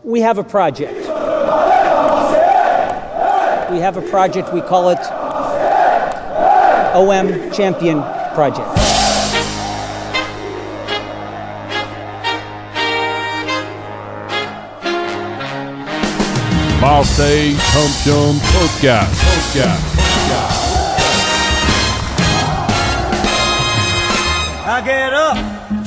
we have a project. We have a project, we call it OM Champion Project. Marseille Champion Podcast. Now get up!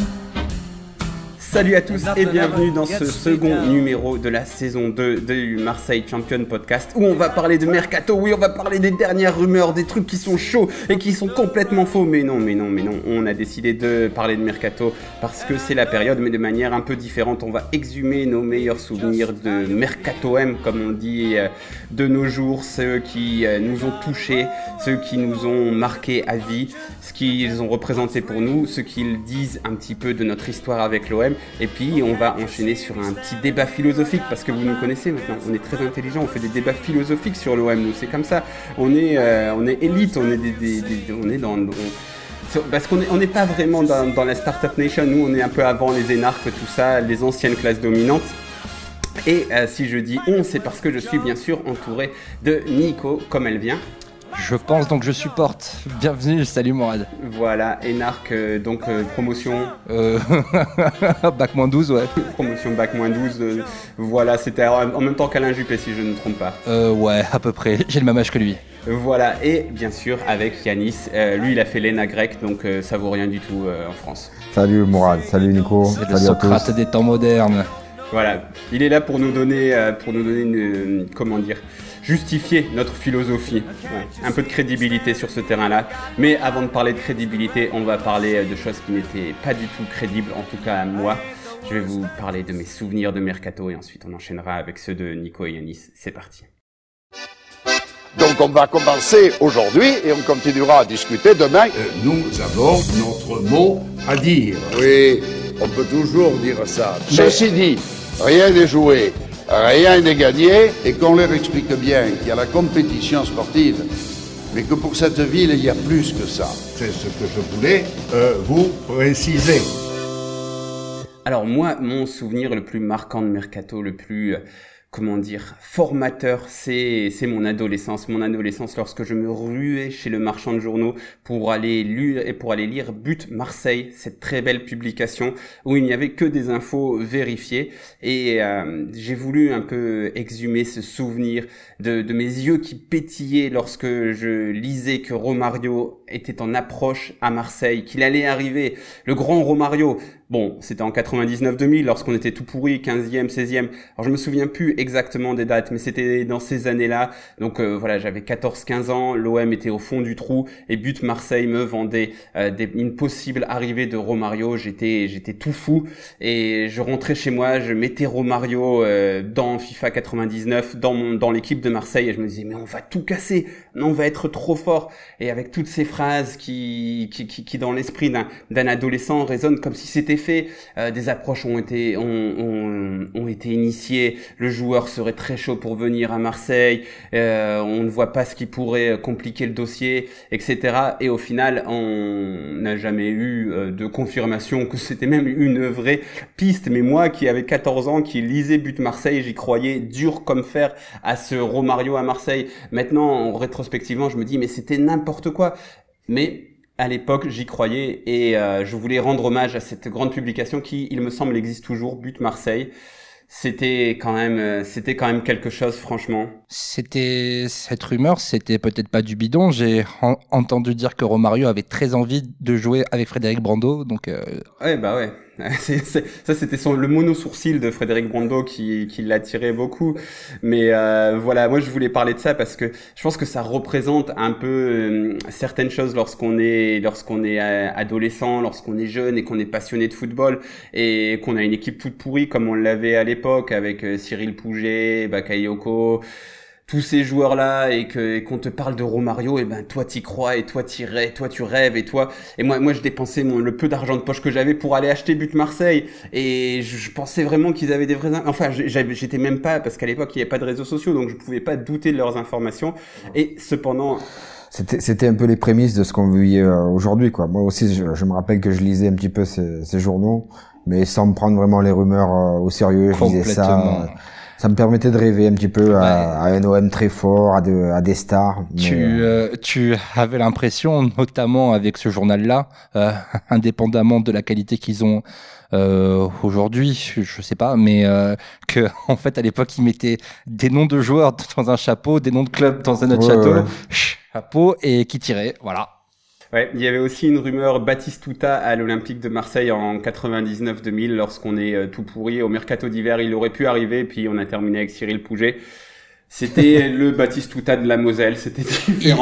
Salut à tous et bienvenue dans ce second numéro de la saison 2 du Marseille Champion Podcast où on va parler de Mercato, oui on va parler des dernières rumeurs, des trucs qui sont chauds et qui sont complètement faux, mais non, on a décidé de parler de Mercato parce que c'est la période mais de manière un peu différente, on va exhumer nos meilleurs souvenirs de Mercato M comme on dit de nos jours, ceux qui nous ont touchés, ceux qui nous ont marqués à vie, ce qu'ils ont représenté pour nous, ce qu'ils disent un petit peu de notre histoire avec l'OM. Et puis on va enchaîner sur un petit débat philosophique parce que vous nous connaissez maintenant, on est très intelligents, on fait des débats philosophiques sur l'OM, nous c'est comme ça, on est élite, on est dans parce qu'on n'est pas vraiment dans la Startup Nation, nous on est un peu avant les énarques, tout ça, les anciennes classes dominantes. Et si je dis on, c'est parce que je suis bien sûr entouré de Nico, comme elle vient. Je pense donc je supporte. Bienvenue, salut Morad. Voilà, Énarque, donc promotion. Bac-12, ouais. Promotion Bac-12, voilà, c'était en même temps qu'Alain Juppé si je ne me trompe pas. Ouais, à peu près, j'ai le même âge que lui. Voilà, et bien sûr avec Yanis, lui il a fait l'ENA grec, donc ça vaut rien du tout en France. Salut Morad, salut Nico, c'est salut le Socrate des temps modernes. Voilà, il est là pour nous donner une, comment dire, justifier notre philosophie, ouais, un peu de crédibilité sur ce terrain-là. Mais avant de parler de crédibilité, on va parler de choses qui n'étaient pas du tout crédibles, en tout cas à moi. Je vais vous parler de mes souvenirs de Mercato et ensuite on enchaînera avec ceux de Nico et Yanis. C'est parti. Donc on va commencer aujourd'hui et on continuera à discuter demain. Nous avons notre mot à dire. Oui, on peut toujours dire ça. Ceci dit, rien n'est joué, rien n'est gagné. Et qu'on leur explique bien qu'il y a la compétition sportive, mais que pour cette ville, il y a plus que ça. C'est ce que je voulais vous préciser. Alors moi, mon souvenir le plus marquant de Mercato, le plus... comment dire, formateur, c'est mon adolescence. Mon adolescence lorsque je me ruais chez le marchand de journaux pour aller lire But Marseille, cette très belle publication où il n'y avait que des infos vérifiées. Et j'ai voulu un peu exhumer ce souvenir de mes yeux qui pétillaient lorsque je lisais que Romario était en approche à Marseille, qu'il allait arriver, le grand Romario. Bon, c'était en 99-2000, lorsqu'on était tout pourri, 15e, 16e. Alors, je me souviens plus exactement des dates, mais c'était dans ces années-là. Donc, voilà, j'avais 14-15 ans, l'OM était au fond du trou, et But Marseille me vendait une possible arrivée de Romario. J'étais tout fou, et je rentrais chez moi, je mettais Romario dans FIFA 99, dans l'équipe de Marseille, et je me disais, mais on va tout casser, on va être trop fort. Et avec toutes ces phrases qui dans l'esprit d'un adolescent résonnent comme si c'était fait, des approches ont été initiées, le joueur serait très chaud pour venir à Marseille, on ne voit pas ce qui pourrait compliquer le dossier, etc. Et au final, on n'a jamais eu de confirmation que c'était même une vraie piste. Mais moi, qui avait 14 ans, qui lisais But Marseille, j'y croyais dur comme fer à ce Romario à Marseille. Maintenant, rétrospectivement, je me dis, mais c'était n'importe quoi. Mais à l'époque, j'y croyais et je voulais rendre hommage à cette grande publication qui, il me semble, existe toujours, But Marseille. C'était quand même quelque chose, franchement. Cette rumeur, c'était peut-être pas du bidon. J'ai entendu dire que Romario avait très envie de jouer avec Frédéric Brando, donc. Ouais, bah ouais. Ça, c'était le mono-sourcil de Frédéric Brando qui l'attirait beaucoup. Mais voilà, moi je voulais parler de ça parce que je pense que ça représente un peu certaines choses lorsqu'on est adolescent, lorsqu'on est jeune et qu'on est passionné de football et qu'on a une équipe toute pourrie comme on l'avait à l'époque avec Cyril Pouget, Bakayoko, tous ces joueurs-là et qu'on te parle de Romario, et ben toi t'y crois et toi tu rêves et moi je dépensais le peu d'argent de poche que j'avais pour aller acheter But Marseille et je pensais vraiment qu'ils avaient des vrais, enfin j'étais même pas, parce qu'à l'époque il n'y avait pas de réseaux sociaux donc je pouvais pas douter de leurs informations et cependant C'était un peu les prémices de ce qu'on vit aujourd'hui, quoi. Moi aussi, je me rappelle que je lisais un petit peu ces journaux, mais sans me prendre vraiment les rumeurs au sérieux. Je disais ça. Ça me permettait de rêver un petit peu à un OM très fort, à des stars. Tu avais l'impression, notamment avec ce journal-là, indépendamment de la qualité qu'ils ont aujourd'hui, je sais pas, mais que en fait à l'époque ils mettaient des noms de joueurs dans un chapeau, des noms de clubs dans un autre chapeau et qui tiraient, voilà. Ouais, il y avait aussi une rumeur Batistuta à l'Olympique de Marseille en 99-2000 lorsqu'on est tout pourri au mercato d'hiver, il aurait pu arriver, puis on a terminé avec Cyril Pouget. C'était le Batistuta de la Moselle, c'était différent.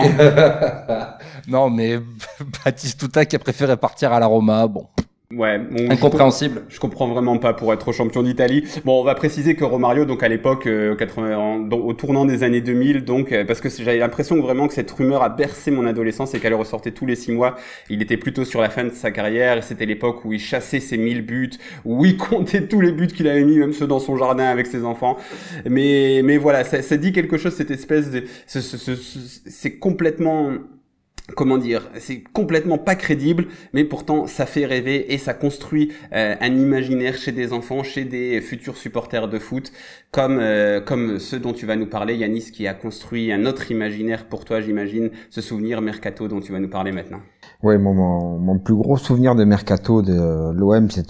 Non, mais Batistuta qui a préféré partir à la Roma, bon. Ouais, incompréhensible. Je comprends vraiment pas pour être champion d'Italie. Bon, on va préciser que Romario, donc à l'époque, au tournant des années 2000, donc parce que j'avais l'impression vraiment que cette rumeur a bercé mon adolescence et qu'elle ressortait tous les 6 mois. Il était plutôt sur la fin de sa carrière. C'était l'époque où il chassait ses 1000 buts, où il comptait tous les buts qu'il avait mis, même ceux dans son jardin avec ses enfants. Mais voilà, ça dit quelque chose, cette espèce de, c'est complètement. Comment dire, c'est complètement pas crédible, mais pourtant ça fait rêver et ça construit un imaginaire chez des enfants, chez des futurs supporters de foot, comme ceux dont tu vas nous parler, Yanis, qui a construit un autre imaginaire pour toi, j'imagine, ce souvenir Mercato dont tu vas nous parler maintenant. Oui, mon plus gros souvenir de Mercato de l'OM, c'est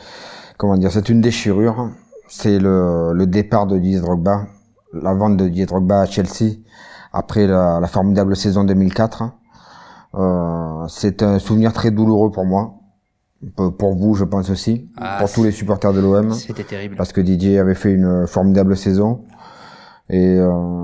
une déchirure. C'est le départ de Didier Drogba, la vente de Didier Drogba à Chelsea après la formidable saison 2004. C'est un souvenir très douloureux pour moi, pour vous je pense aussi, pour tous les supporters de l'OM. C'était terrible. Parce que Didier avait fait une formidable saison. Et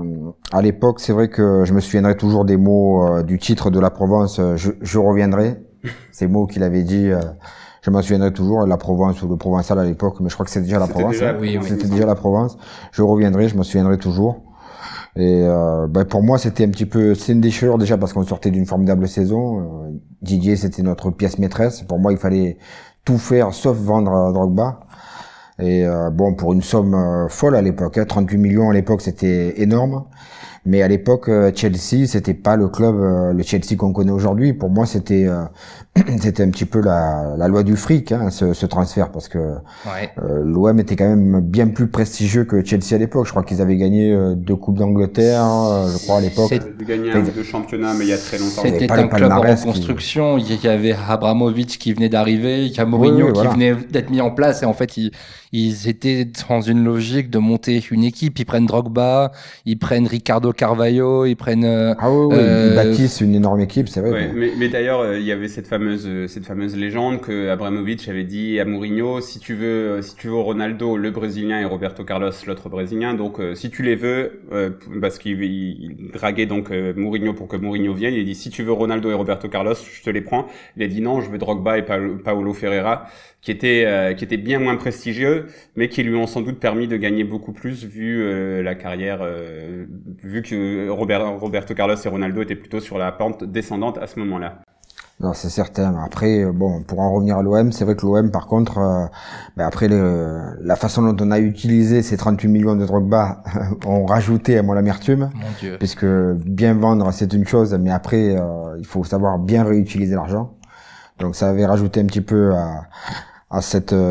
à l'époque, c'est vrai que je me souviendrai toujours des mots du titre de la Provence, je reviendrai. Ces mots qu'il avait dit, je m'en souviendrai toujours, la Provence ou le Provençal à l'époque, mais je crois que c'était déjà la Provence. C'était déjà la Provence. Je reviendrai, je m'en souviendrai toujours. Et pour moi c'est une déchirure déjà parce qu'on sortait d'une formidable saison. Didier c'était notre pièce maîtresse. Pour moi il fallait tout faire sauf vendre Drogba. Et pour une somme folle à l'époque, 38 millions à l'époque c'était énorme. Mais à l'époque Chelsea c'était pas le club, le Chelsea qu'on connaît aujourd'hui. Pour moi c'était un petit peu la loi du fric, ce transfert, parce que l'OM était quand même bien plus prestigieux que Chelsea à l'époque. Je crois qu'ils avaient gagné 2 coupes d'Angleterre, je crois à l'époque. Ils avaient gagné un ou 2 championnats, mais il y a très longtemps. C'était un club en reconstruction. Il y avait Abramovich qui venait d'arriver, il y a Mourinho qui venait d'être mis en place, et en fait ils étaient dans une logique de monter une équipe. Ils prennent Drogba, ils prennent Ricardo Carvalho, ils prennent ils bâtissent une énorme équipe, c'est vrai. Ouais, mais d'ailleurs il y avait cette fameuse légende que Abramovich avait dit à Mourinho, si tu veux Ronaldo le brésilien et Roberto Carlos l'autre brésilien, donc si tu les veux, parce qu'il draguait donc Mourinho pour que Mourinho vienne, il a dit si tu veux Ronaldo et Roberto Carlos je te les prends. Il a dit non, je veux Drogba et Paulo Ferreira, qui était bien moins prestigieux, mais qui lui ont sans doute permis de gagner beaucoup plus vu la carrière, vu que Roberto Carlos et Ronaldo étaient plutôt sur la pente descendante à ce moment-là. Non, c'est certain. Après, pour en revenir à l'OM, c'est vrai que l'OM, par contre, après la façon dont on a utilisé ces 38 millions de Drogba, ont rajouté à mon l'amertume. Mon Dieu. Puisque bien vendre, c'est une chose, mais après, il faut savoir bien réutiliser l'argent. Donc ça avait rajouté un petit peu à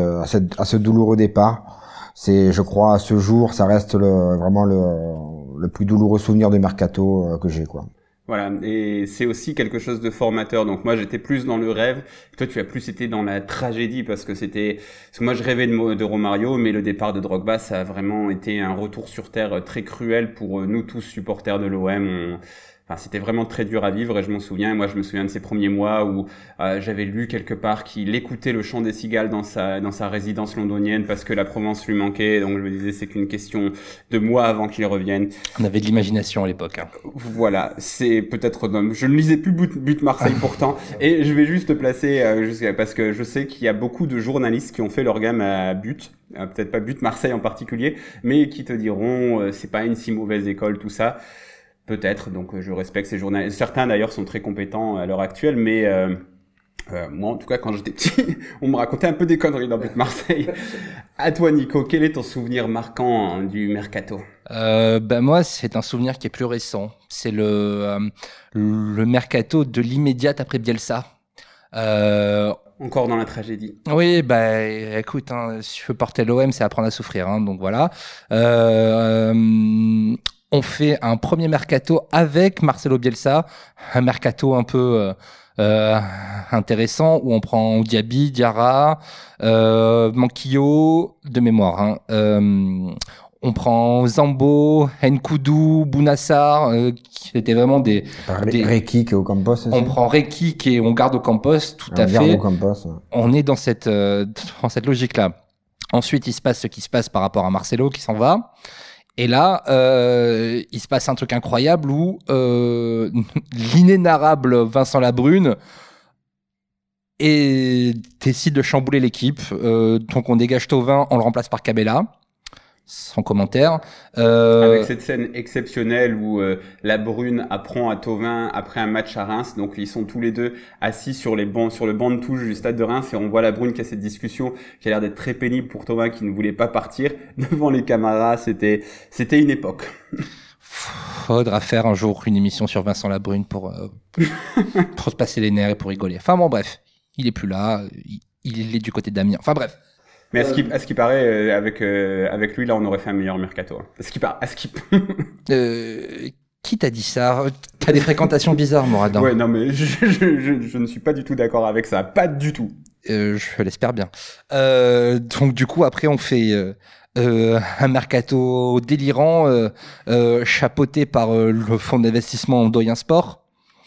ce douloureux départ. Je crois, à ce jour, ça reste vraiment le plus douloureux souvenir de Mercato que j'ai, quoi. Voilà, et c'est aussi quelque chose de formateur. Donc moi j'étais plus dans le rêve, toi tu as plus été dans la tragédie parce que moi je rêvais de Romario, mais le départ de Drogba ça a vraiment été un retour sur terre très cruel pour nous tous supporters de l'OM. C'était vraiment très dur à vivre et je m'en souviens. Moi, je me souviens de ces premiers mois où j'avais lu quelque part qu'il écoutait le chant des cigales dans sa résidence londonienne parce que la Provence lui manquait. Donc, je me disais, c'est qu'une question de mois avant qu'il revienne. On avait de l'imagination à l'époque. Voilà, c'est peut-être... Je ne lisais plus But Marseille pourtant. Et je vais juste placer, parce que je sais qu'il y a beaucoup de journalistes qui ont fait leur gamme à But. Peut-être pas But Marseille en particulier, mais qui te diront, c'est pas une si mauvaise école, tout ça. Peut-être, donc je respecte ces journalistes. Certains d'ailleurs sont très compétents à l'heure actuelle, mais moi en tout cas quand j'étais petit, on me racontait un peu des conneries dans But Marseille. À toi Nico, quel est ton souvenir marquant du Mercato ? Moi c'est un souvenir qui est plus récent. C'est le Mercato de l'immédiate après Bielsa. Encore dans la tragédie. Oui, bah écoute, hein, si je veux porter l'OM, c'est apprendre à souffrir, hein, donc voilà. On fait un premier mercato avec Marcelo Bielsa, un mercato un peu intéressant où on prend Diaby, Diarra, Manquillo de mémoire. Hein, on prend Zambo, Nkoudou, Bounassar, qui étaient vraiment des Rekik et Ocampos aussi. On prend Rekik et on garde Ocampos, tout à fait. Ocampos, ouais. On est dans cette logique-là. Ensuite, il se passe ce qui se passe par rapport à Marcelo qui s'en va. Et là, il se passe un truc incroyable où l'inénarrable Vincent Labrune décide de chambouler l'équipe. Donc on dégage Thauvin, on le remplace par Cabella. Sans commentaire. Avec cette scène exceptionnelle où Labrune apprend à Thauvin après un match à Reims. Donc ils sont tous les deux assis sur le banc de touche du stade de Reims et on voit Labrune qui a cette discussion qui a l'air d'être très pénible pour Thauvin qui ne voulait pas partir devant les camarades. C'était une époque. Faudra faire un jour une émission sur Vincent Labrune pour se passer les nerfs et pour rigoler. Enfin bon, bref, il est plus là. Il est du côté d'Amiens. Enfin bref. Mais à ce qui paraît, avec lui, là, on aurait fait un meilleur mercato. Hein. Qui t'a dit ça? T'as des fréquentations bizarres, Moradin. Ouais, non, mais je ne suis pas du tout d'accord avec ça. Pas du tout. Je l'espère bien. Donc, du coup, après, on fait un mercato délirant, chapeauté par le fonds d'investissement Doyen Sport,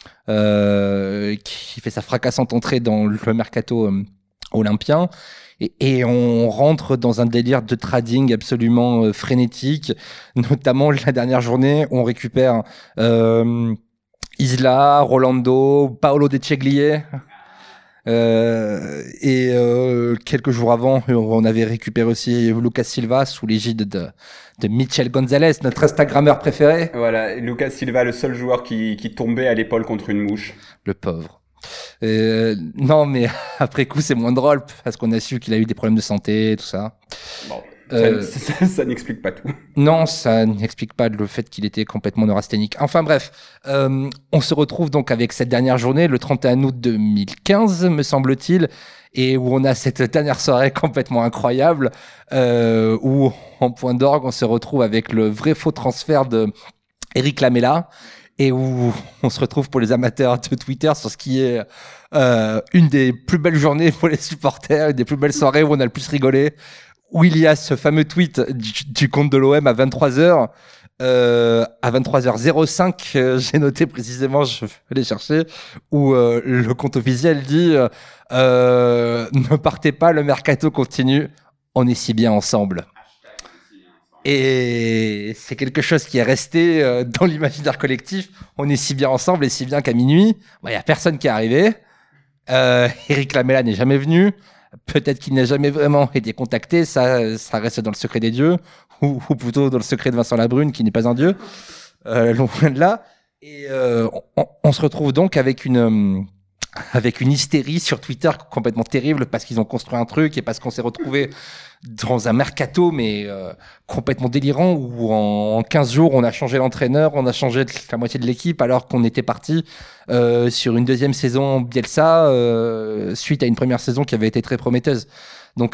qui fait sa fracassante entrée dans le mercato olympien. Et on rentre dans un délire de trading absolument frénétique, notamment la dernière journée où on récupère Isla, Rolando, Paolo De Ceglie. Et quelques jours avant, on avait récupéré aussi Lucas Silva sous l'égide de Michel Gonzalez, notre Instagrammeur préféré. Voilà, Lucas Silva, le seul joueur qui tombait à l'épaule contre une mouche. Le pauvre. Non, mais après coup, c'est moins drôle parce qu'on a su qu'il a eu des problèmes de santé, tout ça. Bon, ça n'explique pas tout. Non, ça n'explique pas le fait qu'il était complètement neurasthénique. Enfin bref, on se retrouve donc avec cette dernière journée, le 31 août 2015, me semble-t-il, et où on a cette dernière soirée complètement incroyable, où en point d'orgue, on se retrouve avec le vrai faux transfert de Eric Lamela. Et où on se retrouve pour les amateurs de Twitter sur ce qui est une des plus belles journées pour les supporters, une des plus belles soirées où on a le plus rigolé, où il y a ce fameux tweet du compte de l'OM à 23h. À 23h05, j'ai noté précisément, je vais aller chercher, où le compte officiel dit ne partez pas, le mercato continue, on est si bien ensemble. Et c'est quelque chose qui est resté dans l'imaginaire collectif. On est si bien ensemble et si bien qu'à minuit, il y a personne qui est arrivé. Eric Lamela n'est jamais venu. Peut-être qu'il n'a jamais vraiment été contacté. Ça reste dans le secret des dieux, ou plutôt dans le secret de Vincent Labrune, qui n'est pas un dieu. Loin de là. Et on se retrouve donc avec une hystérie sur Twitter complètement terrible parce qu'ils ont construit un truc et parce qu'on s'est retrouvé dans un mercato mais complètement délirant où en 15 jours on a changé l'entraîneur, on a changé la moitié de l'équipe alors qu'on était parti sur une deuxième saison Bielsa suite à une première saison qui avait été très prometteuse. Donc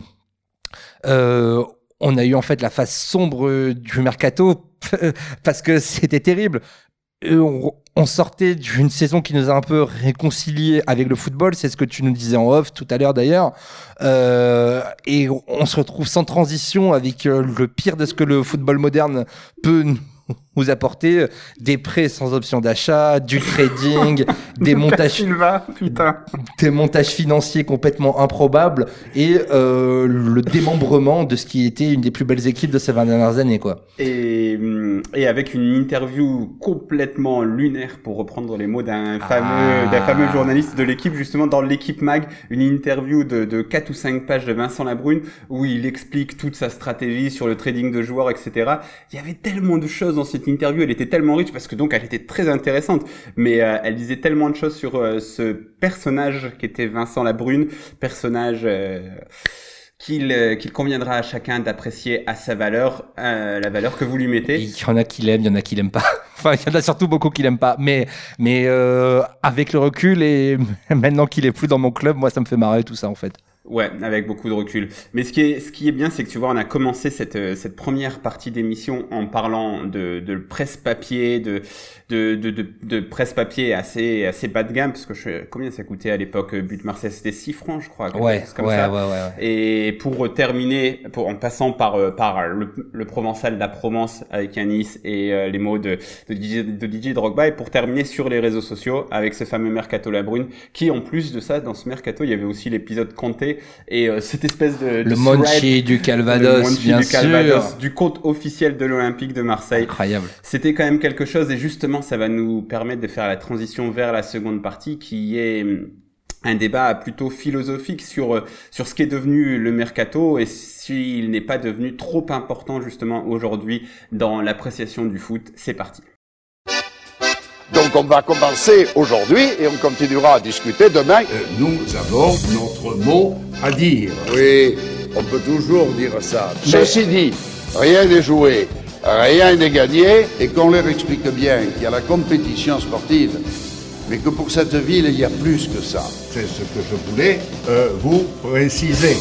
on a eu en fait la face sombre du mercato parce que c'était terrible. On sortait d'une saison qui nous a un peu réconciliés avec le football, c'est ce que tu nous disais en off tout à l'heure d'ailleurs, et on se retrouve sans transition avec le pire de ce que le football moderne peut nous apporter, des prêts sans option d'achat, du trading, des montages financiers complètement improbables et le démembrement de ce qui était une des plus belles équipes de ces 20 dernières années, quoi. Et avec une interview complètement lunaire, pour reprendre les mots d'un fameux journaliste de l'équipe, justement dans l'équipe Mag, une interview de 4 ou 5 pages de Vincent Labrune où il explique toute sa stratégie sur le trading de joueurs, etc. Il y avait tellement de choses dans cette interview, elle était tellement riche parce que donc elle était très intéressante, mais elle disait tellement de choses sur ce personnage qui était Vincent Labrune, personnage qu'il conviendra à chacun d'apprécier à sa valeur, la valeur que vous lui mettez. Il y en a qui l'aiment, il y en a qui l'aiment pas. Enfin, il y en a surtout beaucoup qui l'aiment pas. Mais avec le recul et maintenant qu'il est plus dans mon club, moi, ça me fait marrer tout ça, en fait. Ouais, avec beaucoup de recul. Mais ce qui est bien, c'est que tu vois, on a commencé cette première partie d'émission en parlant de presse papier, de presse papier assez bas de gamme, parce que combien ça coûtait à l'époque, But Marseille, c'était 6 francs, je crois. Ouais. Et pour terminer, en passant par le Provençal, la Provence avec Yanis et les mots de Didier Drogba, et pour terminer sur les réseaux sociaux avec ce fameux Mercato Labrune, qui en plus de ça, dans ce Mercato, il y avait aussi l'épisode Kanté et cette espèce de le Monchi du Calvados, bien sûr, du compte officiel de l'Olympique de Marseille. Incroyable. C'était quand même quelque chose, et justement, ça va nous permettre de faire la transition vers la seconde partie, qui est un débat plutôt philosophique sur ce qu'est devenu le mercato et s'il n'est pas devenu trop important justement aujourd'hui dans l'appréciation du foot. C'est parti. Donc on va commencer aujourd'hui et on continuera à discuter demain. Nous avons notre mot à dire. Oui, on peut toujours dire ça. Ceci dit, rien n'est joué, rien n'est gagné. Et qu'on leur explique bien qu'il y a la compétition sportive, mais que pour cette ville, il y a plus que ça. C'est ce que je voulais vous préciser.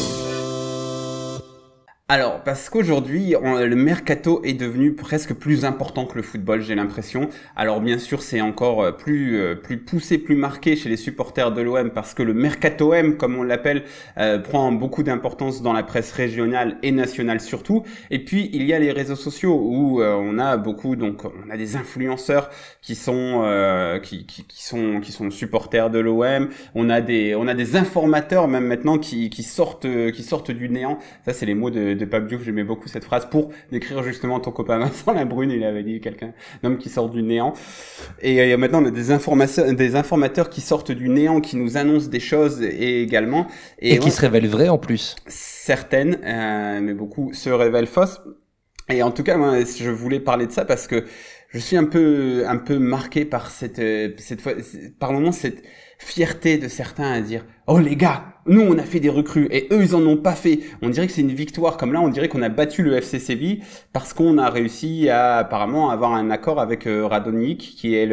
Alors, parce qu'aujourd'hui, le mercato est devenu presque plus important que le football, j'ai l'impression. Alors, bien sûr, c'est encore plus poussé, plus marqué chez les supporters de l'OM, parce que le mercato-M, comme on l'appelle, prend beaucoup d'importance dans la presse régionale et nationale surtout. Et puis, il y a les réseaux sociaux où on a beaucoup, donc, on a des influenceurs qui sont supporters de l'OM. On a des informateurs même maintenant qui sortent du néant. Ça, c'est les mots de Pape Diouf, j'aimais beaucoup cette phrase pour décrire justement ton copain Vincent Labrune, il avait dit un homme qui sort du néant. Et maintenant on a des informateurs qui sortent du néant, qui nous annoncent des choses également. Et qui se révèlent vraies en plus. Certaines, mais beaucoup se révèlent fausses. Et en tout cas, moi, je voulais parler de ça parce que je suis un peu marqué par par moment cette fierté de certains à dire « Oh les gars, nous on a fait des recrues et eux ils en ont pas fait. » On dirait que c'est une victoire, comme là on dirait qu'on a battu le FC Séville parce qu'on a réussi à apparemment avoir un accord avec Radonjic qui est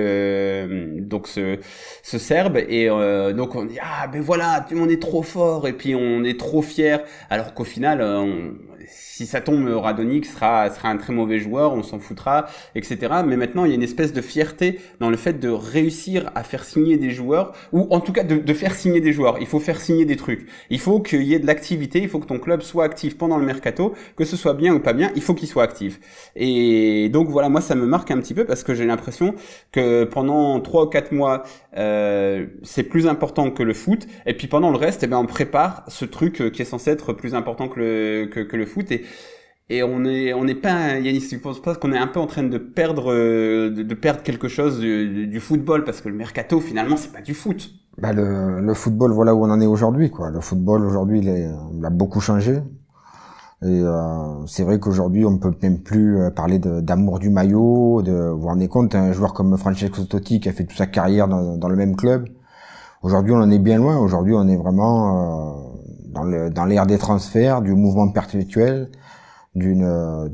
ce Serbe, et donc on dit « Ah ben voilà, on est trop fort et puis on est trop fier. » Alors qu'au final, si ça tombe, Radonjic sera un très mauvais joueur, on s'en foutra, etc. Mais maintenant, il y a une espèce de fierté dans le fait de réussir à faire signer des joueurs, ou en tout cas de faire signer des joueurs. Il faut faire signer des trucs. Il faut qu'il y ait de l'activité, il faut que ton club soit actif pendant le mercato, que ce soit bien ou pas bien, il faut qu'il soit actif. Et donc voilà, moi ça me marque un petit peu parce que j'ai l'impression que pendant 3 ou 4 mois, c'est plus important que le foot, et puis pendant le reste, on prépare ce truc qui est censé être plus important que le foot, et on n'est pas, Yanis, tu penses pas qu'on est un peu en train de perdre quelque chose du football, parce que le mercato finalement c'est pas du foot. Bah le football, voilà où on en est aujourd'hui, quoi. Le football aujourd'hui il a beaucoup changé, et c'est vrai qu'aujourd'hui on peut même plus parler d'amour du maillot. Vous vous rendez compte, un joueur comme Francesco Totti qui a fait toute sa carrière dans le même club, aujourd'hui on en est bien loin. Aujourd'hui on est vraiment dans l'ère des transferts, du mouvement perpétuel, d'une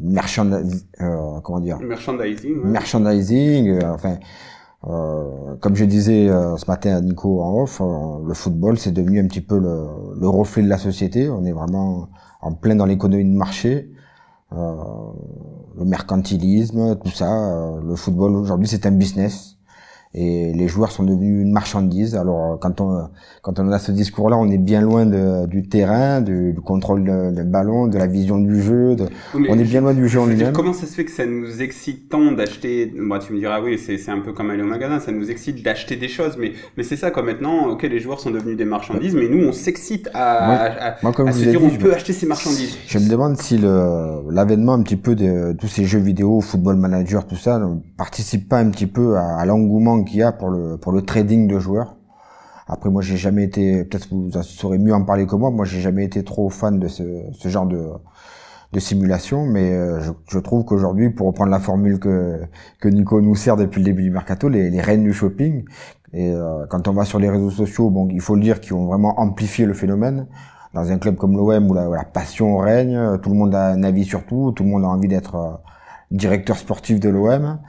merchandising, enfin, comme je disais ce matin à Nico en off, le football c'est devenu un petit peu le reflet de la société. On est vraiment en plein dans l'économie de marché, le mercantilisme, tout ça. Le football aujourd'hui c'est un business. Et les joueurs sont devenus une marchandise. Alors quand on a ce discours-là, on est bien loin du terrain, du contrôle d'un ballon, de la vision du jeu. On est bien loin du jeu en lui-même. Comment ça se fait que ça nous excite tant d'acheter? Moi, tu me diras oui, c'est un peu comme aller au magasin, ça nous excite d'acheter des choses, mais c'est ça quoi. Maintenant, ok, les joueurs sont devenus des marchandises, mais nous on s'excite à se dire on peut acheter ces marchandises. Je me demande si l'avènement un petit peu de tous ces jeux vidéo, Football Manager, tout ça, ne participe pas un petit peu à l'engouement qu'il y a pour le trading de joueurs. Après, moi j'ai jamais été, peut-être vous saurez mieux en parler que moi j'ai jamais été trop fan de ce genre de simulation, mais je trouve qu'aujourd'hui, pour reprendre la formule que Nico nous sert depuis le début du mercato, les reines du shopping, et quand on va sur les réseaux sociaux, bon, il faut le dire, qui ont vraiment amplifié le phénomène. Dans un club comme l'OM où la passion règne, tout le monde a un avis sur tout le monde a envie d'être directeur sportif de l'OM.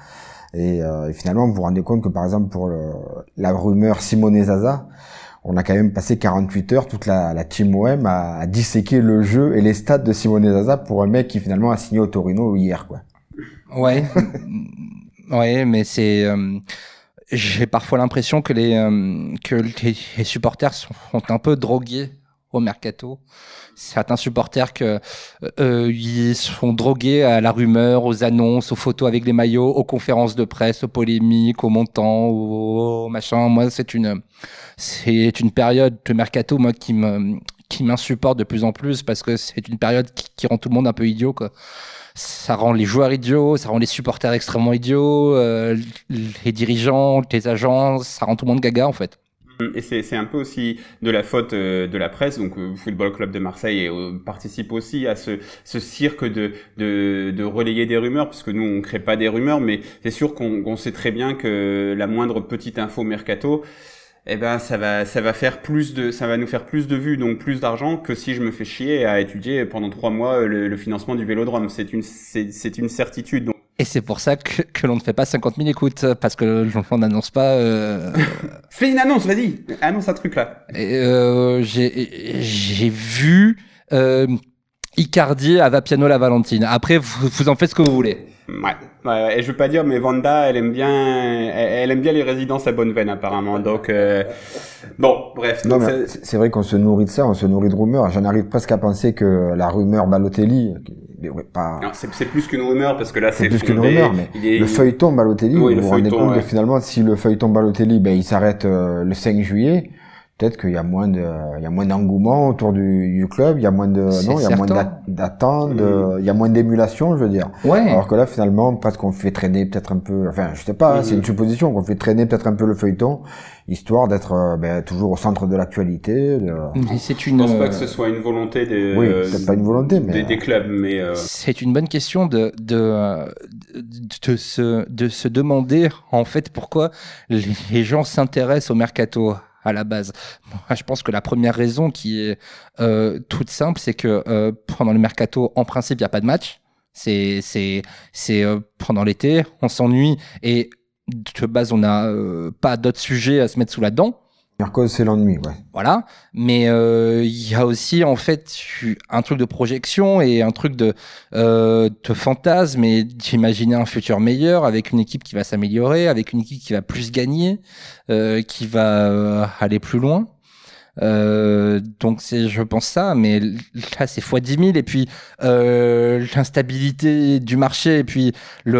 Et finalement, vous vous rendez compte que par exemple pour la rumeur Simone Zaza, on a quand même passé 48 heures, toute la team OM à disséquer le jeu et les stats de Simone Zaza pour un mec qui finalement a signé au Torino hier, quoi. Ouais, ouais, mais c'est. J'ai parfois l'impression que les supporters sont un peu drogués au mercato. Certains supporters ils sont drogués à la rumeur, aux annonces, aux photos avec les maillots, aux conférences de presse, aux polémiques, aux montants, aux machin. Moi, c'est une période de mercato, moi, qui m'insupporte de plus en plus parce que c'est une période qui rend tout le monde un peu idiot, quoi. Ça rend les joueurs idiots, ça rend les supporters extrêmement idiots, les dirigeants, les agents, ça rend tout le monde gaga, en fait. Et c'est un peu aussi de la faute de la presse, donc Football Club de Marseille participe aussi à ce cirque de relayer des rumeurs, parce que nous on crée pas des rumeurs, mais c'est sûr qu'on sait très bien que la moindre petite info mercato, eh ben ça va nous faire plus de vues, donc plus d'argent que si je me fais chier à étudier pendant 3 mois le financement du Vélodrome. C'est une certitude. Donc. Et c'est pour ça que l'on ne fait pas 50 000 écoutes, parce que l'on n'annonce pas... Fais une annonce, vas-y, annonce un truc là. J'ai vu Icardi à Vapiano la Valentine. Après, vous en faites ce que vous voulez. Ouais, et je veux pas dire, mais Vanda, elle aime bien les résidences à Bonneveine apparemment. Donc bon, bref. Non, donc c'est vrai qu'on se nourrit de ça, on se nourrit de rumeurs. J'en arrive presque à penser que la rumeur Balotelli, pas. Non, c'est plus qu'une rumeur parce que là c'est plus qu'une rumeur, mais le feuilleton Balotelli, oui, vous vous rendez compte que finalement, si le feuilleton Balotelli, il s'arrête le 5 juillet. Peut-être qu'il y a moins d'engouement autour du club, il y a moins d'attente, il y a moins d'émulation, je veux dire. Ouais. Alors que là, finalement, parce qu'on fait traîner peut-être un peu, enfin, je sais pas, c'est une supposition, qu'on fait traîner peut-être un peu le feuilleton, histoire d'être, toujours au centre de l'actualité. Mais je pense pas que ce soit une volonté peut-être pas une volonté, mais des clubs, mais c'est une bonne question de se demander, en fait, pourquoi les gens s'intéressent au mercato. À la base. Moi, je pense que la première raison qui est toute simple, c'est que pendant le mercato, en principe, il n'y a pas de match. C'est pendant l'été, on s'ennuie et de base, on n'a pas d'autres sujets à se mettre sous la dent. La première cause, c'est l'ennui, ouais. Voilà, mais il y a aussi en fait un truc de projection et un truc de fantasme et d'imaginer un futur meilleur avec une équipe qui va s'améliorer, avec une équipe qui va plus gagner, qui va aller plus loin. Donc c'est, je pense ça, mais là c'est fois 10 000 et puis l'instabilité du marché et puis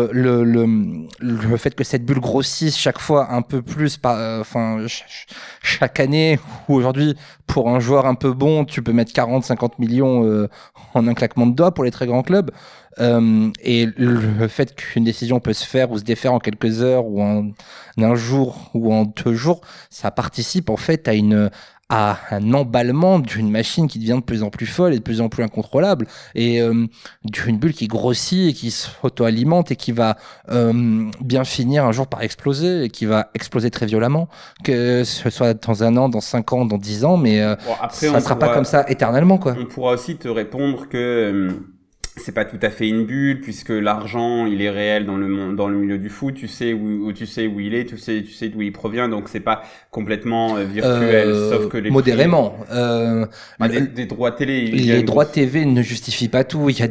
le fait que cette bulle grossisse chaque fois un peu plus, chaque année où aujourd'hui pour un joueur un peu bon tu peux mettre 40-50 millions en un claquement de doigts pour les très grands clubs. Et le fait qu'une décision peut se faire ou se défaire en quelques heures ou en un jour ou en 2 jours, ça participe en fait à un emballement d'une machine qui devient de plus en plus folle et de plus en plus incontrôlable et d'une bulle qui grossit et qui s'auto-alimente et qui va bien finir un jour par exploser et qui va exploser très violemment, que ce soit dans 1 an, dans 5 ans, dans 10 ans, mais après, ça ne sera pas comme ça éternellement, quoi. On pourra aussi te répondre que c'est pas tout à fait une bulle puisque l'argent il est réel dans le milieu du foot, tu sais où il est, tu sais d'où il provient, donc c'est pas complètement virtuel, sauf que les modérément des droits télé, les droits TV ne justifient pas tout. Il y a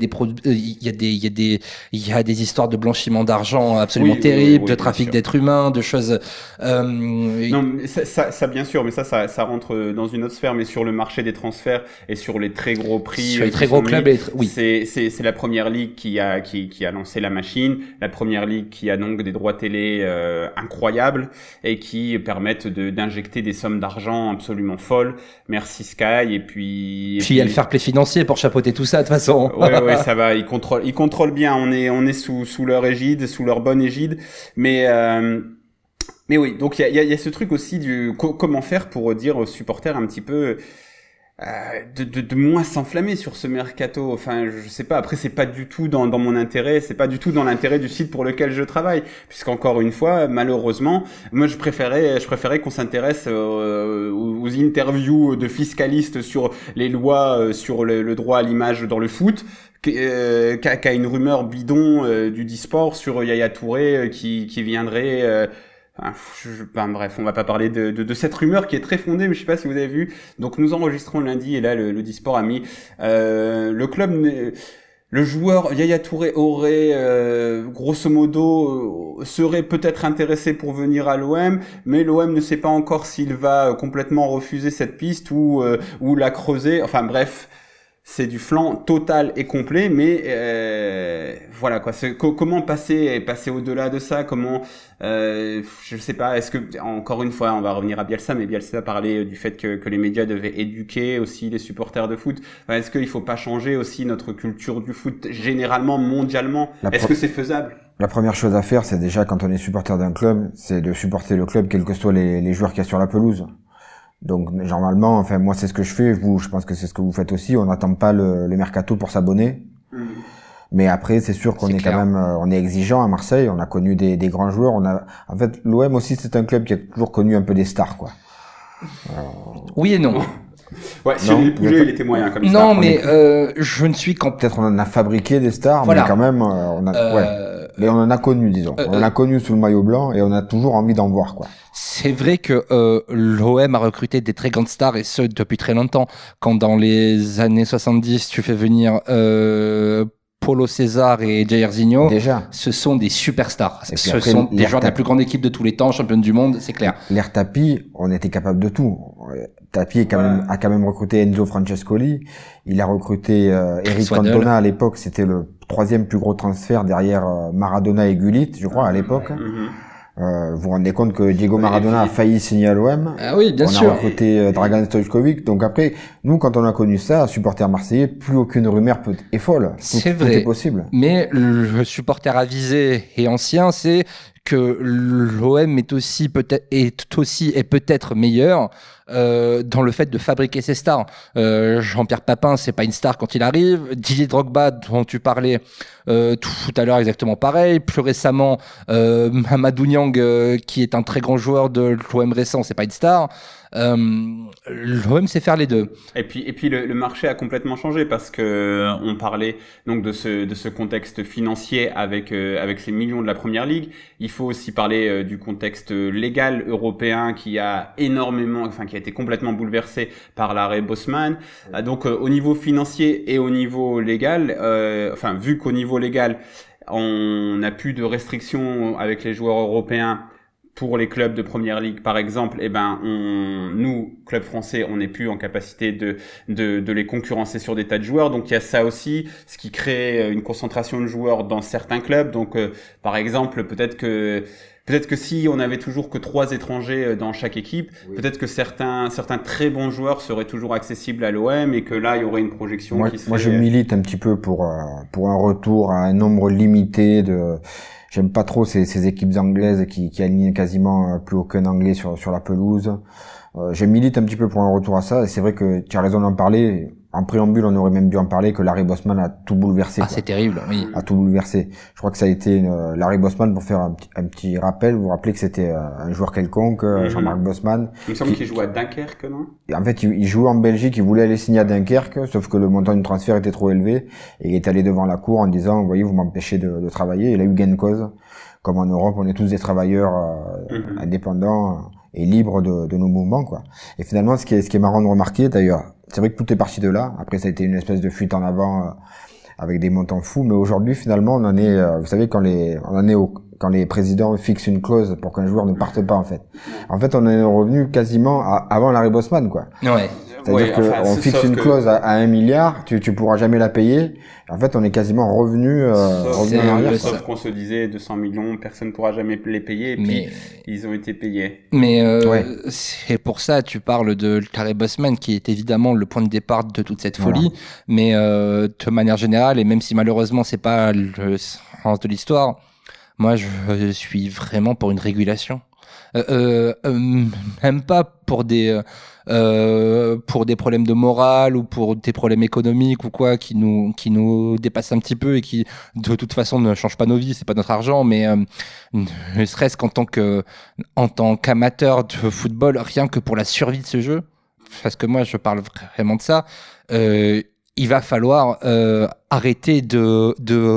des histoires de blanchiment d'argent absolument terribles, de trafic d'êtres humains, de choses non mais ça bien sûr, mais ça rentre dans une autre sphère, mais sur le marché des transferts et sur les très gros prix, sur les très gros clubs, oui, c'est la première ligue qui a lancé la machine, la première ligue qui a donc des droits télé incroyables et qui permettent d'injecter des sommes d'argent absolument folles. Merci Sky et puis il y a le fair play financier pour chapeauter tout ça de toute façon. Ouais, ça va, ils contrôlent bien, on est sous leur égide, sous leur bonne égide, mais oui, donc il y a ce truc aussi du comment faire pour dire aux supporters un petit peu de moins s'enflammer sur ce mercato. Enfin, je sais pas. Après, c'est pas du tout dans mon intérêt. C'est pas du tout dans l'intérêt du site pour lequel je travaille. Puisqu'encore une fois, malheureusement, moi, je préférais qu'on s'intéresse aux interviews de fiscalistes sur les lois, sur le droit à l'image dans le foot, qu'a une rumeur bidon du Disport sur Yaya Touré qui viendrait. Bref, on va pas parler de cette rumeur qui est très fondée, mais je sais pas si vous avez vu. Donc nous enregistrons lundi et là le Disport a mis le club. Le joueur Yaya Touré aurait, grosso modo, serait peut-être intéressé pour venir à l'OM, mais l'OM ne sait pas encore s'il va complètement refuser cette piste ou la creuser. Enfin bref, c'est du flan total et complet, mais voilà quoi. Comment passer au-delà de ça? Comment, je sais pas. Est-ce que encore une fois, on va revenir à Bielsa, mais Bielsa parlait du fait que les médias devaient éduquer aussi les supporters de foot. Enfin, est-ce qu'il faut pas changer aussi notre culture du foot généralement, mondialement? Est-ce que c'est faisable? La première chose à faire, c'est déjà quand on est supporter d'un club, c'est de supporter le club, quels que soient les joueurs qu'il y a sur la pelouse. Donc normalement, enfin moi c'est ce que je fais, je pense que c'est ce que vous faites aussi. On n'attend pas le mercato pour s'abonner, mais après c'est sûr qu'on est quand même, on est exigeant à Marseille. On a connu des grands joueurs. En fait, l'OM aussi c'est un club qui a toujours connu un peu des stars, quoi. Oui et non. Ouais, si on bougeait, il était moyen comme ça. Non, mais je ne suis qu'en... Peut-être on en a fabriqué des stars, voilà. Mais quand même, mais on en a connu, disons. On en a connu sous le maillot blanc et on a toujours envie d'en voir, quoi. C'est vrai que l'OM a recruté des très grandes stars et ce depuis très longtemps. Quand dans les années 70, tu fais venir Paulo César et Jairzinho, déjà, ce sont des superstars. Ce après, sont des joueurs de la plus grande équipe de tous les temps, championne du monde, c'est clair. L'ère Tapi, on était capable de tout. Tapi a quand même recruté Enzo Francescoli. Il a recruté Eric Cantona à l'époque. C'était le 3e plus gros transfert derrière Maradona et Gullit, je crois, à l'époque. Vous vous rendez compte que Diego Maradona a failli signer à l'OM. Ah oui, bien sûr. On a recruté Dragan Stojkovic. Donc après, nous, quand on a connu ça, supporter marseillais, plus aucune rumeur est folle. C'est vrai. Tout est possible. Mais le supporter avisé et ancien, c'est que l'OM est aussi peut-être meilleur dans le fait de fabriquer ses stars. Jean-Pierre Papin, c'est pas une star quand il arrive. Didier Drogba, dont tu parlais tout à l'heure, exactement pareil. Plus récemment, Mamadou Niang, qui est un très grand joueur de l'OM récent, c'est pas une star. L'OM sait faire les deux. Et puis le marché a complètement changé parce que on parlait donc de ce contexte financier avec ces millions de la Première Ligue. Il faut aussi parler du contexte légal européen qui a été complètement bouleversé par l'arrêt Bosman. Donc au niveau financier et au niveau légal, vu qu'au niveau légal on n'a plus de restrictions avec les joueurs européens. Pour les clubs de Première Ligue, par exemple, nous, clubs français, on n'est plus en capacité de les concurrencer sur des tas de joueurs. Donc, il y a ça aussi, ce qui crée une concentration de joueurs dans certains clubs. Donc, par exemple, peut-être que si on avait toujours que 3 étrangers dans chaque équipe, peut-être que certains très bons joueurs seraient toujours accessibles à l'OM et que là, il y aurait une projection qui serait... Moi, je milite un petit peu pour un retour à un nombre limité de... J'aime pas trop ces équipes anglaises qui alignent quasiment plus aucun anglais sur la pelouse. Je milite un petit peu pour un retour à ça. Et c'est vrai que tu as raison d'en parler. En préambule, on aurait même dû en parler que Larry Bosman a tout bouleversé. C'est terrible, oui. A tout bouleversé. Je crois que ça a été Larry Bosman, pour faire un petit rappel. Vous vous rappelez que c'était un joueur quelconque, Jean-Marc Bosman. Il me semble qu'il jouait à Dunkerque, non? Et en fait, il jouait en Belgique, il voulait aller signer à Dunkerque, sauf que le montant du transfert était trop élevé. Et il est allé devant la cour en disant, vous voyez, vous m'empêchez de travailler. Il a eu gain de cause. Comme en Europe, on est tous des travailleurs indépendants et libres de nos mouvements, quoi. Et finalement, ce qui est marrant de remarquer, d'ailleurs, c'est vrai que tout est parti de là. Après, ça a été une espèce de fuite en avant avec des montants fous. Mais aujourd'hui, finalement, on en est, vous savez, quand les présidents fixent une clause pour qu'un joueur ne parte pas, en fait. En fait, on est revenu quasiment avant Larry Bosman, quoi. Ouais. C'est-à-dire qu'on fixe une clause à 1 milliard, tu pourras jamais la payer. En fait, on est quasiment revenu en arrière. Sauf qu'on se disait 200 millions, personne ne pourra jamais les payer, et puis ils ont été payés. Mais c'est pour ça, tu parles de Larry Bosman, qui est évidemment le point de départ de toute cette folie. Mais de manière générale, et même si malheureusement c'est pas le sens de l'histoire, moi je suis vraiment pour une régulation. Même pas pour des problèmes de morale ou pour des problèmes économiques ou quoi qui nous dépassent un petit peu et qui de toute façon ne changent pas nos vies, c'est pas notre argent, mais ne serait-ce qu'en tant qu'amateur de football, rien que pour la survie de ce jeu, parce que moi je parle vraiment de ça, il va falloir arrêter de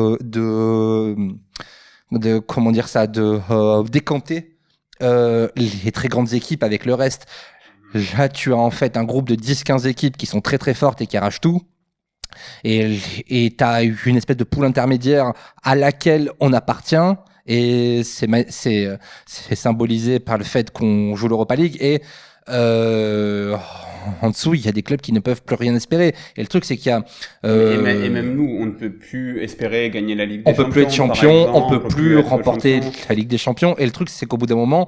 comment dire ça, de décanter les très grandes équipes avec le reste. Là, tu as en fait un groupe de 10-15 équipes qui sont très très fortes et qui arrachent tout. Et tu as une espèce de poule intermédiaire à laquelle on appartient. Et c'est symbolisé par le fait qu'on joue l'Europa League. Et en dessous, il y a des clubs qui ne peuvent plus rien espérer. Et le truc, c'est qu'il y a... Et même nous, on ne peut plus espérer gagner la Ligue des Champions. On peut plus être champion, on peut plus remporter la Ligue des Champions. Et le truc, c'est qu'au bout d'un moment...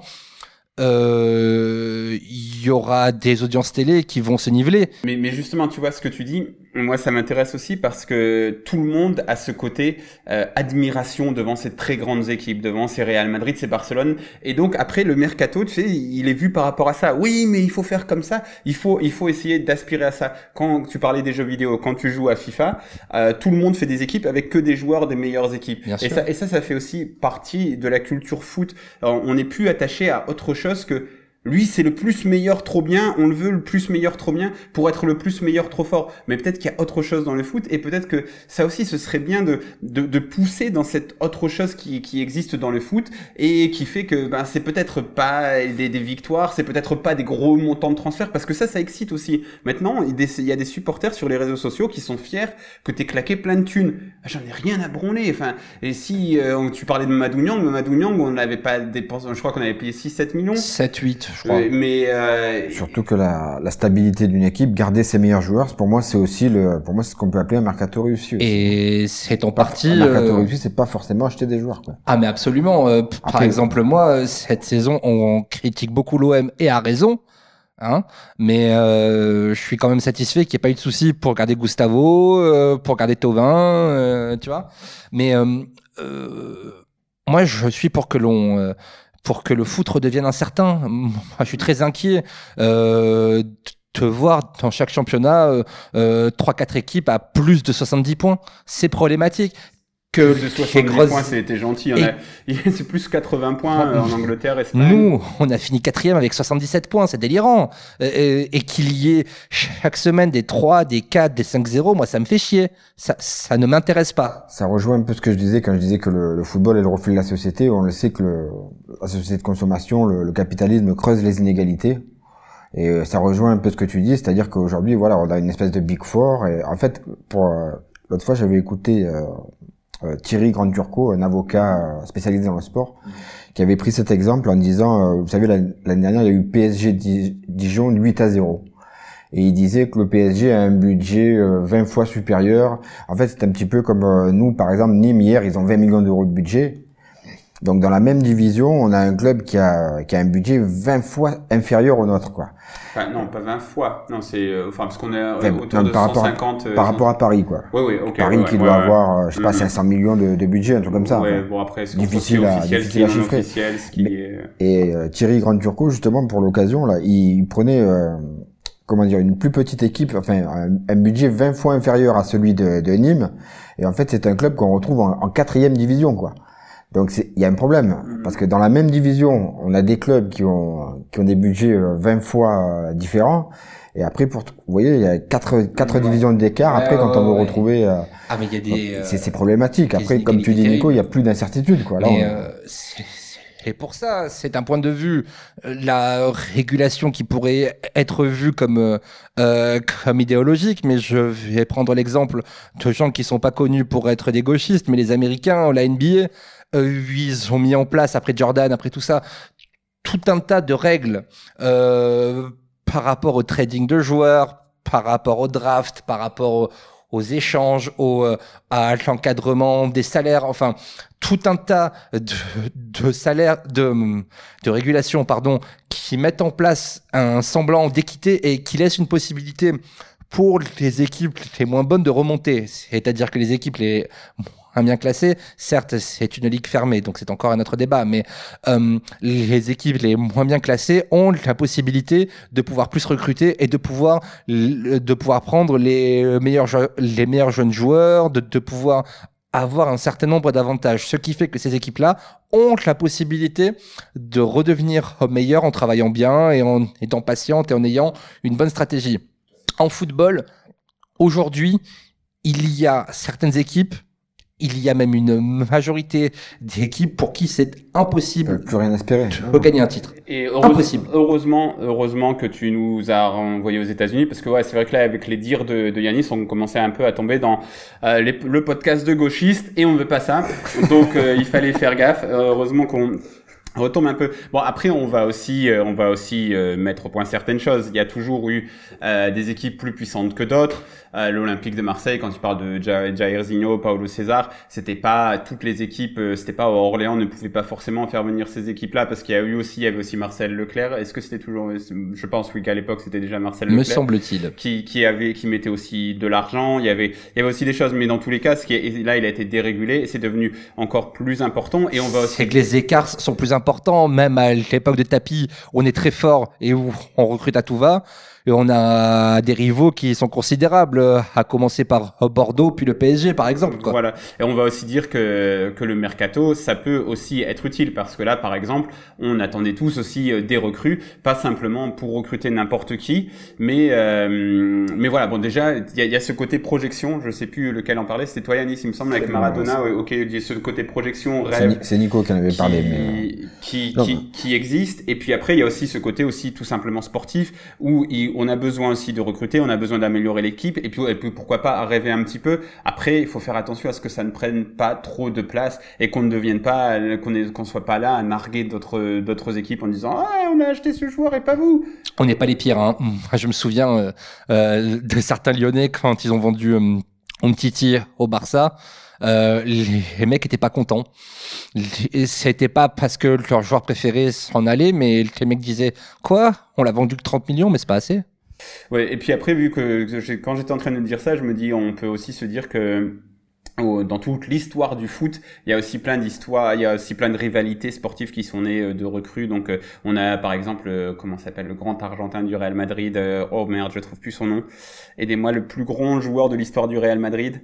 y aura des audiences télé qui vont se niveler. Mais justement, tu vois ce que tu dis, moi ça m'intéresse aussi parce que tout le monde a ce côté admiration devant ces très grandes équipes, devant ces Real Madrid, ces Barcelone. Et donc après le mercato, tu sais, il est vu par rapport à ça. Oui, mais il faut faire comme ça. Il faut essayer d'aspirer à ça. Quand tu parlais des jeux vidéo, quand tu joues à FIFA, tout le monde fait des équipes avec que des joueurs des meilleures équipes. Et ça fait aussi partie de la culture foot. Alors, on n'est plus attaché à autre chose que lui, c'est le plus meilleur trop bien, on le veut le plus meilleur trop bien pour être le plus meilleur trop fort. Mais peut-être qu'il y a autre chose dans le foot et peut-être que ça aussi, ce serait bien de pousser dans cette autre chose qui existe dans le foot et qui fait que c'est peut-être pas des victoires, c'est peut-être pas des gros montants de transfert parce que ça excite aussi. Maintenant, il y a des supporters sur les réseaux sociaux qui sont fiers que t'aies claqué plein de thunes. J'en ai rien à branler. Enfin, et si tu parlais de Mamadou Niang, on n'avait pas dépensé, je crois qu'on avait payé 6-7 millions. 7-8. Je crois. Surtout que la stabilité d'une équipe, garder ses meilleurs joueurs, pour moi c'est aussi pour moi c'est ce qu'on peut appeler un mercato réussi aussi. Et c'est en partie un mercato réussi, c'est pas forcément acheter des joueurs quoi. Ah mais absolument. Par exemple moi cette saison on critique beaucoup l'OM et à raison. Mais je suis quand même satisfait qu'il n'y ait pas eu de souci pour garder Gustavo, pour garder Thauvin, tu vois. Mais moi je suis pour que le foot redevienne incertain. Moi, je suis très inquiet de voir dans chaque championnat 3-4 équipes à plus de 70 points. C'est problématique. Que plus de 70 points, c'était gentil. C'est plus 80 points en Angleterre, Espagne. Nous, on a fini 4e avec 77 points. C'est délirant. Et qu'il y ait chaque semaine des 3, des 4, des 5-0, moi, ça me fait chier. Ça ne m'intéresse pas. Ça rejoint un peu ce que je disais quand je disais que le football est le reflet de la société. On le sait que la société de consommation, le capitalisme creuse les inégalités. Et ça rejoint un peu ce que tu dis, c'est-à-dire qu'aujourd'hui, voilà, on a une espèce de Big Four. Et en fait, l'autre fois, j'avais écouté Thierry Grandturco, un avocat spécialisé dans le sport, qui avait pris cet exemple en disant, vous savez, l'année dernière, il y a eu PSG Dijon 8-0. Et il disait que le PSG a un budget 20 fois supérieur. En fait, c'est un petit peu comme nous, par exemple, Nîmes, hier, ils ont 20 millions d'euros de budget. Donc, dans la même division, on a un club qui a un budget 20 fois inférieur au nôtre, quoi. Enfin, non, pas 20 fois. Non, c'est, parce qu'on est autour de 150. Par rapport à Paris, quoi. Oui, ok. Paris qui doit avoir, je sais pas, 500 millions de budget, un truc comme ça. Ouais, enfin, bon, après, c'est difficile à chiffrer. Et Thierry Grandturco, justement, pour l'occasion, là, il prenait, une plus petite équipe, enfin, un budget 20 fois inférieur à celui de Nîmes. Et en fait, c'est un club qu'on retrouve en 4e division, quoi. Donc il y a un problème parce que dans la même division, on a des clubs qui ont des budgets 20 fois différents et après vous voyez, il y a quatre divisions d'écart après quand on veut retrouver mais il y a des c'est problématique. Après comme tu dis Nico, il y a plus d'incertidde quoi. Là et pour ça, c'est un point de vue, la régulation qui pourrait être vue comme idéologique, mais je vais prendre l'exemple de gens qui sont pas connus pour être des gauchistes, mais les Américains, la NBA, ils ont mis en place, après Jordan, après tout ça, tout un tas de règles par rapport au trading de joueurs, par rapport au draft, par rapport aux échanges, à l'encadrement des salaires, enfin tout un tas de salaires, de régulations, qui mettent en place un semblant d'équité et qui laissent une possibilité pour les équipes les moins bonnes de remonter. C'est-à-dire que les équipes les moins bien classées, certes, c'est une ligue fermée, donc c'est encore un autre débat, mais les équipes les moins bien classées ont la possibilité de pouvoir plus recruter et de pouvoir prendre les meilleurs jeunes joueurs, de pouvoir avoir un certain nombre d'avantages, ce qui fait que ces équipes-là ont la possibilité de redevenir meilleures en travaillant bien et en étant patientes et en ayant une bonne stratégie. En football, aujourd'hui, il y a certaines équipes, il y a même une majorité d'équipes pour qui c'est impossible Plus rien espérer. de gagner un titre. Et Impossible. heureusement que tu nous as renvoyés aux États-Unis, parce que ouais, c'est vrai que là, avec les dires de Yanis, on commençait un peu à tomber dans le podcast de gauchistes, et on veut pas ça. Donc il fallait faire gaffe. Heureusement qu'on retombe un peu. Bon, après, on va aussi mettre au point certaines choses. Il y a toujours eu des équipes plus puissantes que d'autres. L'Olympique de Marseille, quand tu parles de Jairzinho, Paulo César, c'était pas toutes les équipes, c'était pas Orléans ne pouvait pas forcément faire venir ces équipes-là, parce qu'il y avait aussi Marcel Leclerc. Est-ce que c'était toujours, je pense oui qu'à l'époque c'était déjà Marcel Leclerc. Me semble-t-il. Qui mettait aussi de l'argent. Il y avait aussi des choses, mais dans tous les cas, là, il a été dérégulé et c'est devenu encore plus important. Et on va aussi. C'est que les écarts sont plus importants, même à l'époque de Tapi, où on est très fort et où on recrute à tout va. Et on a des rivaux qui sont considérables, à commencer par Bordeaux, puis le PSG, par exemple, quoi. Voilà. Et on va aussi dire que le mercato, ça peut aussi être utile, parce que là, par exemple, on attendait tous aussi des recrues, pas simplement pour recruter n'importe qui, mais voilà. Bon, déjà, il y a ce côté projection. Je sais plus lequel en parlait. C'était toi, Yanis, il me semble, avec Maradona. Ouais, ok, il y a ce côté projection, rêve. C'est Nico qui en avait parlé, mais qui existe. Et puis après, il y a aussi ce côté aussi tout simplement sportif, où on a besoin aussi de recruter, on a besoin d'améliorer l'équipe, et puis pourquoi pas rêver un petit peu. Après, il faut faire attention à ce que ça ne prenne pas trop de place et qu'on ne devienne pas, qu'on soit pas là à narguer d'autres équipes en disant ah, on a acheté ce joueur et pas vous. On n'est pas les pires, hein. Je me souviens de certains Lyonnais quand ils ont vendu Umtiti au Barça. Les mecs étaient pas contents. C'était pas parce que leur joueur préféré s'en allait, mais les mecs disaient quoi, on l'a vendu que 30 millions, mais c'est pas assez. Ouais, et puis après, vu que quand j'étais en train de dire ça, je me dis, on peut aussi se dire que dans toute l'histoire du foot, il y a aussi plein d'histoires, il y a aussi plein de rivalités sportives qui sont nées de recrues. Donc on a par exemple comment s'appelle le grand Argentin du Real Madrid, oh merde, je trouve plus son nom. Aidez-moi, le plus grand joueur de l'histoire du Real Madrid.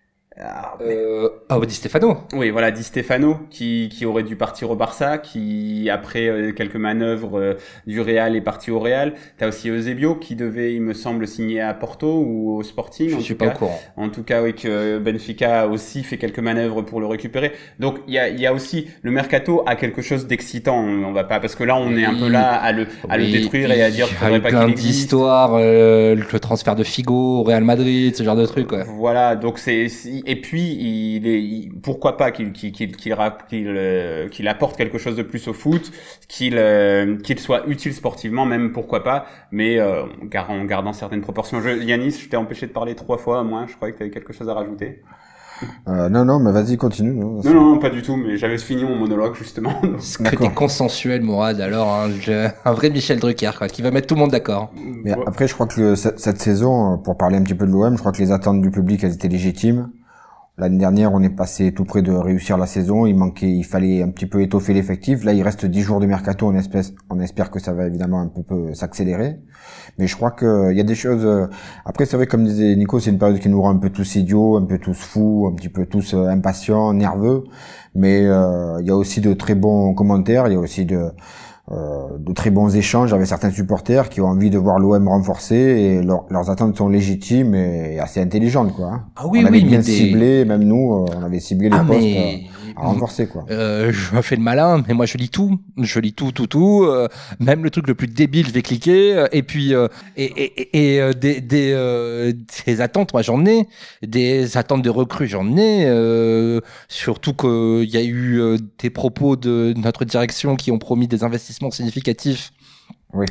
Di Stefano. Oui, voilà, Di Stefano qui aurait dû partir au Barça, qui après quelques manœuvres du Real est parti au Real. T'as aussi Eusebio qui devait, il me semble, signer à Porto ou au Sporting. Je suis pas au courant. En tout cas, oui, que Benfica a aussi fait quelques manœuvres pour le récupérer. Donc il y a aussi le mercato a quelque chose d'excitant. On va pas, parce que là on est un peu là à le détruire et à dire qu'il faudrait pas qu'il existe. Plein d'histoires, le transfert de Figo au Real Madrid, ce genre de trucs, quoi. Voilà, donc et puis pourquoi pas qu'il apporte quelque chose de plus au foot, qu'il soit utile sportivement, même pourquoi pas, mais en gardant certaines proportions. Yanis, je t'ai empêché de parler 3 fois, moi, je croyais que tu avais quelque chose à rajouter. Non, mais vas-y, continue. Non, pas du tout, mais j'avais fini mon monologue, justement. Ce que t'es consensuel, Mourad, alors, hein, un vrai Michel Drucker, quoi, qui va mettre tout le monde d'accord. Mais après, je crois que cette saison, pour parler un petit peu de l'OM, je crois que les attentes du public, elles étaient légitimes. L'année dernière, on est passé tout près de réussir la saison. Il fallait un petit peu étoffer l'effectif. Là, il reste 10 jours de mercato. On espère que ça va évidemment un peu s'accélérer. Mais je crois que il y a des choses. Après, c'est vrai, comme disait Nico, c'est une période qui nous rend un peu tous idiots, un peu tous fous, un petit peu tous impatients, nerveux. Mais il y a aussi de très bons commentaires. Il y a aussi de très bons échanges avec certains supporters qui ont envie de voir l'OM renforcé, et leurs attentes sont légitimes et assez intelligentes, quoi. Ah oui, on avait bien mais ciblé, même nous, on avait ciblé les postes à renforcer, quoi. Je me fais le malin, mais moi je lis tout, même le truc le plus débile, je vais cliquer, et puis des attentes, moi j'en ai, des attentes de recrues, j'en ai, surtout qu'il y a eu des propos de notre direction qui ont promis des investissements significatifs. Oui.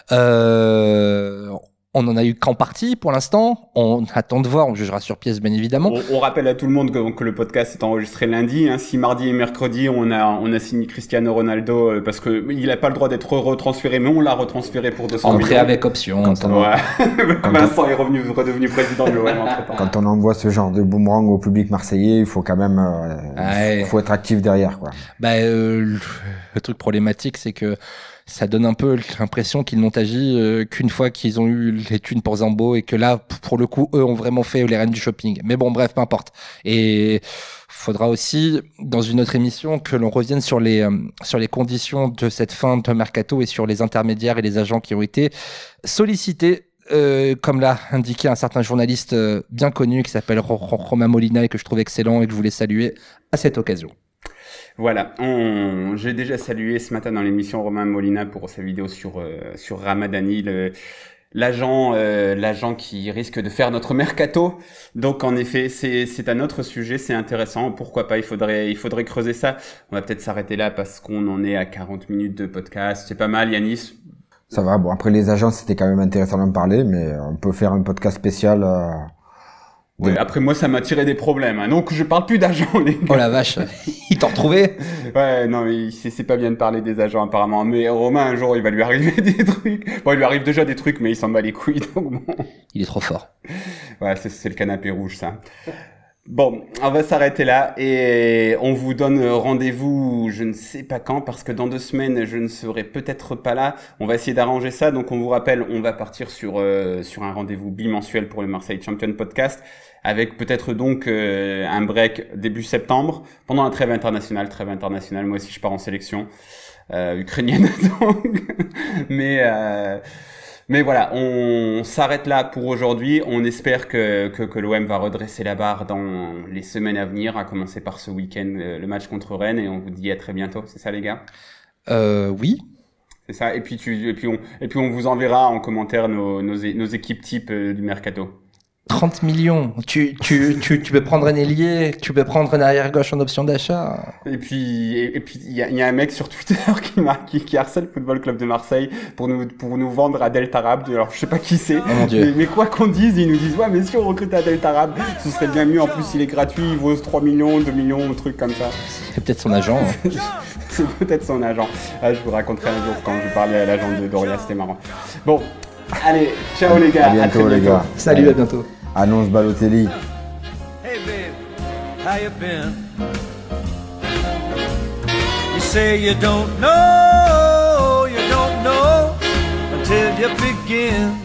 On en a eu qu'en partie pour l'instant. On attend de voir, on jugera sur pièce bien évidemment. On rappelle à tout le monde que le podcast est enregistré lundi. Hein. Si mardi et mercredi on a signé Cristiano Ronaldo parce que il a pas le droit d'être retransféré, mais on l'a retransféré pour 200 millions. Entrée avec option. Vincent est redevenu président de l'OM entre-temps. Quand on envoie ce genre de boomerang au public marseillais, il faut quand même faut être actif derrière, quoi. Le truc problématique, c'est que ça donne un peu l'impression qu'ils n'ont agi qu'une fois qu'ils ont eu les thunes pour Zambo, et que là, pour le coup, eux ont vraiment fait les reines du shopping. Mais bon, bref, peu importe. Et faudra aussi, dans une autre émission, que l'on revienne sur les conditions de cette fin de mercato et sur les intermédiaires et les agents qui ont été sollicités comme l'a indiqué un certain journaliste bien connu qui s'appelle Romain Molina et que je trouve excellent et que je voulais saluer à cette occasion. Voilà, j'ai déjà salué ce matin dans l'émission Romain Molina pour sa vidéo sur Ramadani, l'agent qui risque de faire notre mercato. Donc en effet, c'est un autre sujet, c'est intéressant. Pourquoi pas, il faudrait creuser ça. On va peut-être s'arrêter là parce qu'on en est à 40 minutes de podcast. C'est pas mal, Yanis. Ça va. Bon, après les agents, c'était quand même intéressant d'en parler, mais on peut faire un podcast spécial. Ouais, après moi ça m'a tiré des problèmes, hein. Donc je parle plus d'agents, les gars. Oh la vache, ils t'ont retrouvé. Ouais, non mais c'est pas bien de parler des agents apparemment, mais Romain un jour il va lui arriver des trucs. Bon, il lui arrive déjà des trucs mais il s'en bat les couilles, donc bon. Il est trop fort. Ouais, c'est le canapé rouge ça. Bon, on va s'arrêter là et on vous donne rendez-vous je ne sais pas quand parce que dans 2 semaines je ne serai peut-être pas là. On va essayer d'arranger ça, donc on vous rappelle, on va partir sur un rendez-vous bimensuel pour le Marseille Champion Podcast avec peut-être donc un break début septembre pendant la trêve internationale. Moi aussi je pars en sélection ukrainienne donc mais voilà, on s'arrête là pour aujourd'hui. On espère que l'OM va redresser la barre dans les semaines à venir, à commencer par ce week-end, le match contre Rennes, et on vous dit à très bientôt. C'est ça, les gars? Oui. C'est ça. Et puis on vous enverra en commentaire nos équipes types du mercato. 30 millions. Tu peux prendre un ailier, tu peux prendre un arrière-gauche en option d'achat. Et puis il y a un mec sur Twitter qui harcèle le Football Club de Marseille pour nous vendre Adel Tarab. Alors je sais pas qui c'est. Oh mon Dieu. Mais quoi qu'on dise, ils nous disent ouais, mais si on recrute Adel Tarab, ce serait bien mieux. En plus, il est gratuit, il vaut 3 millions, 2 millions, un truc comme ça. C'est peut-être son agent. C'est peut-être son agent. Ah, je vous raconterai un jour quand je parlais à l'agent de Doria, c'était marrant. Bon, allez, ciao les gars. À bientôt, les gars. Salut, à bientôt. Annonce Balotelli. Hey babe, how you been? You say you don't know until you begin.